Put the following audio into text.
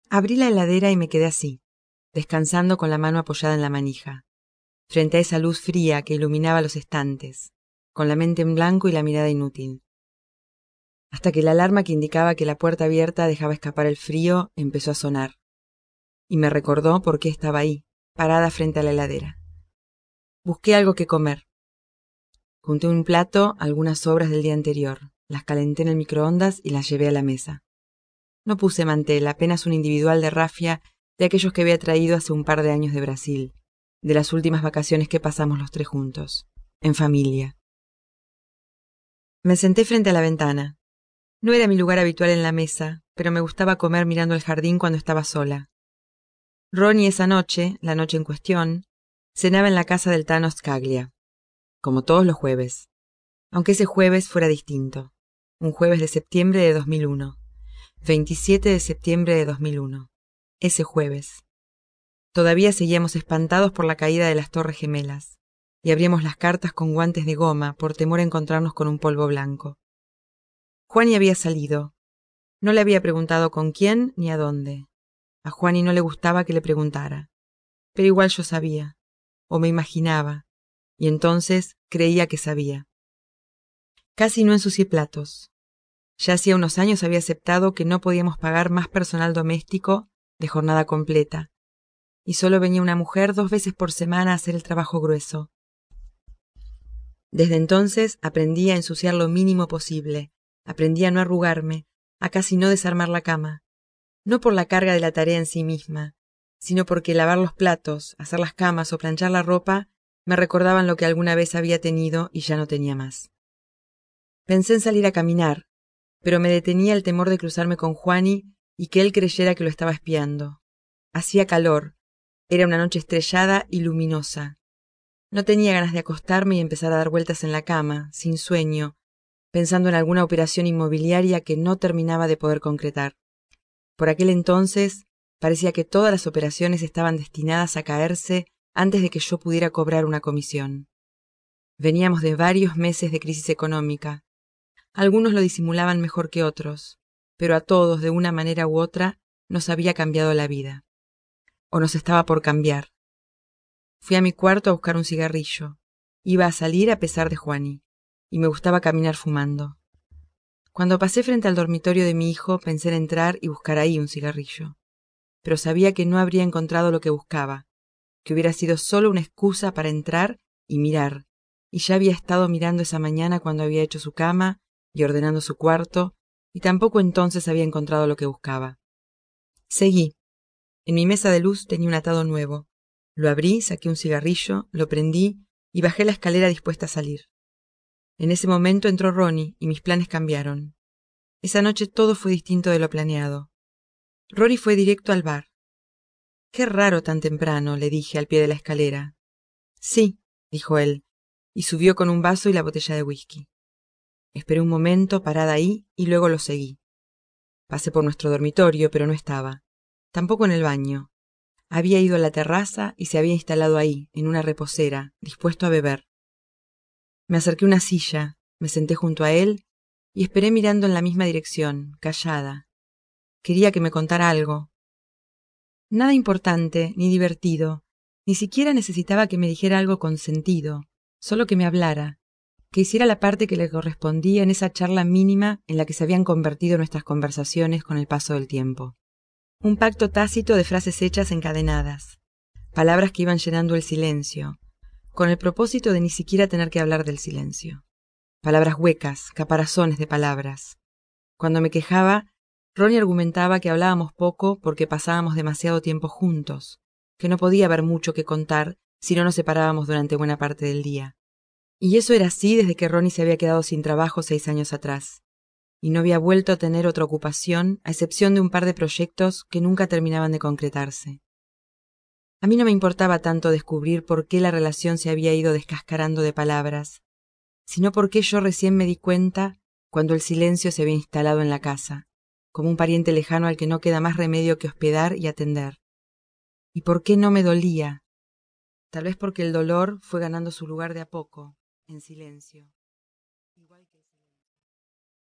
Abrí la heladera y me quedé así, descansando con la mano apoyada en la manija, frente a esa luz fría que iluminaba los estantes, con la mente en blanco y la mirada inútil. Hasta que la alarma que indicaba que la puerta abierta dejaba escapar el frío empezó a sonar, y me recordó por qué estaba ahí, parada frente a la heladera. Busqué algo que comer. Junté un plato, algunas sobras del día anterior, las calenté en el microondas y las llevé a la mesa. No puse mantel, apenas un individual de rafia de aquellos que había traído hace un par de años de Brasil, de las últimas vacaciones que pasamos los tres juntos, en familia. Me senté frente a la ventana. No era mi lugar habitual en la mesa, pero me gustaba comer mirando el jardín cuando estaba sola. Ronnie esa noche, la noche en cuestión, cenaba en la casa del Tano Scaglia, como todos los jueves, aunque ese jueves fuera distinto, un jueves de septiembre de 2001, 27 de septiembre de 2001, ese jueves. Todavía seguíamos espantados por la caída de las Torres Gemelas, y abríamos las cartas con guantes de goma por temor a encontrarnos con un polvo blanco. Juani había salido. No le había preguntado con quién ni a dónde. A Juani no le gustaba que le preguntara, pero igual yo sabía, o me imaginaba, y entonces creía que sabía. Casi no ensucié platos. Ya hacía unos años había aceptado que no podíamos pagar más personal doméstico de jornada completa, y solo venía una mujer 2 veces por semana a hacer el trabajo grueso. Desde entonces aprendí a ensuciar lo mínimo posible, aprendí a no arrugarme, a casi no desarmar la cama, no por la carga de la tarea en sí misma, sino porque lavar los platos, hacer las camas o planchar la ropa me recordaban lo que alguna vez había tenido y ya no tenía más. Pensé en salir a caminar, pero me detenía el temor de cruzarme con Juani y que él creyera que lo estaba espiando. Hacía calor, era una noche estrellada y luminosa. No tenía ganas de acostarme y empezar a dar vueltas en la cama, sin sueño, pensando en alguna operación inmobiliaria que no terminaba de poder concretar. Por aquel entonces parecía que todas las operaciones estaban destinadas a caerse antes de que yo pudiera cobrar una comisión. Veníamos de varios meses de crisis económica. Algunos lo disimulaban mejor que otros, pero a todos, de una manera u otra, nos había cambiado la vida. O nos estaba por cambiar. Fui a mi cuarto a buscar un cigarrillo. Iba a salir a pesar de Juani, y me gustaba caminar fumando. Cuando pasé frente al dormitorio de mi hijo, pensé en entrar y buscar ahí un cigarrillo. Pero sabía que no habría encontrado lo que buscaba, que hubiera sido solo una excusa para entrar y mirar, y ya había estado mirando esa mañana cuando había hecho su cama y ordenando su cuarto, y tampoco entonces había encontrado lo que buscaba. Seguí. En mi mesa de luz tenía un atado nuevo. Lo abrí, saqué un cigarrillo, lo prendí y bajé la escalera dispuesta a salir. En ese momento entró Ronnie y mis planes cambiaron. Esa noche todo fue distinto de lo planeado. Rory fue directo al bar. «Qué raro tan temprano», le dije al pie de la escalera. «Sí», dijo él, y subió con un vaso y la botella de whisky. Esperé un momento, parada ahí, y luego lo seguí. Pasé por nuestro dormitorio, pero no estaba. Tampoco en el baño. Había ido a la terraza y se había instalado ahí, en una reposera, dispuesto a beber. Me acerqué a una silla, me senté junto a él y esperé mirando en la misma dirección, callada. Quería que me contara algo. Nada importante, ni divertido. Ni siquiera necesitaba que me dijera algo con sentido, solo que me hablara, que hiciera la parte que le correspondía en esa charla mínima en la que se habían convertido nuestras conversaciones con el paso del tiempo. Un pacto tácito de frases hechas encadenadas, palabras que iban llenando el silencio, con el propósito de ni siquiera tener que hablar del silencio. Palabras huecas, caparazones de palabras. Cuando me quejaba, Ronnie argumentaba que hablábamos poco porque pasábamos demasiado tiempo juntos, que no podía haber mucho que contar si no nos separábamos durante buena parte del día. Y eso era así desde que Ronnie se había quedado sin trabajo 6 años atrás, y no había vuelto a tener otra ocupación, a excepción de un par de proyectos que nunca terminaban de concretarse. A mí no me importaba tanto descubrir por qué la relación se había ido descascarando de palabras, sino por qué yo recién me di cuenta cuando el silencio se había instalado en la casa, como un pariente lejano al que no queda más remedio que hospedar y atender. ¿Y por qué no me dolía? Tal vez porque el dolor fue ganando su lugar de a poco, en silencio.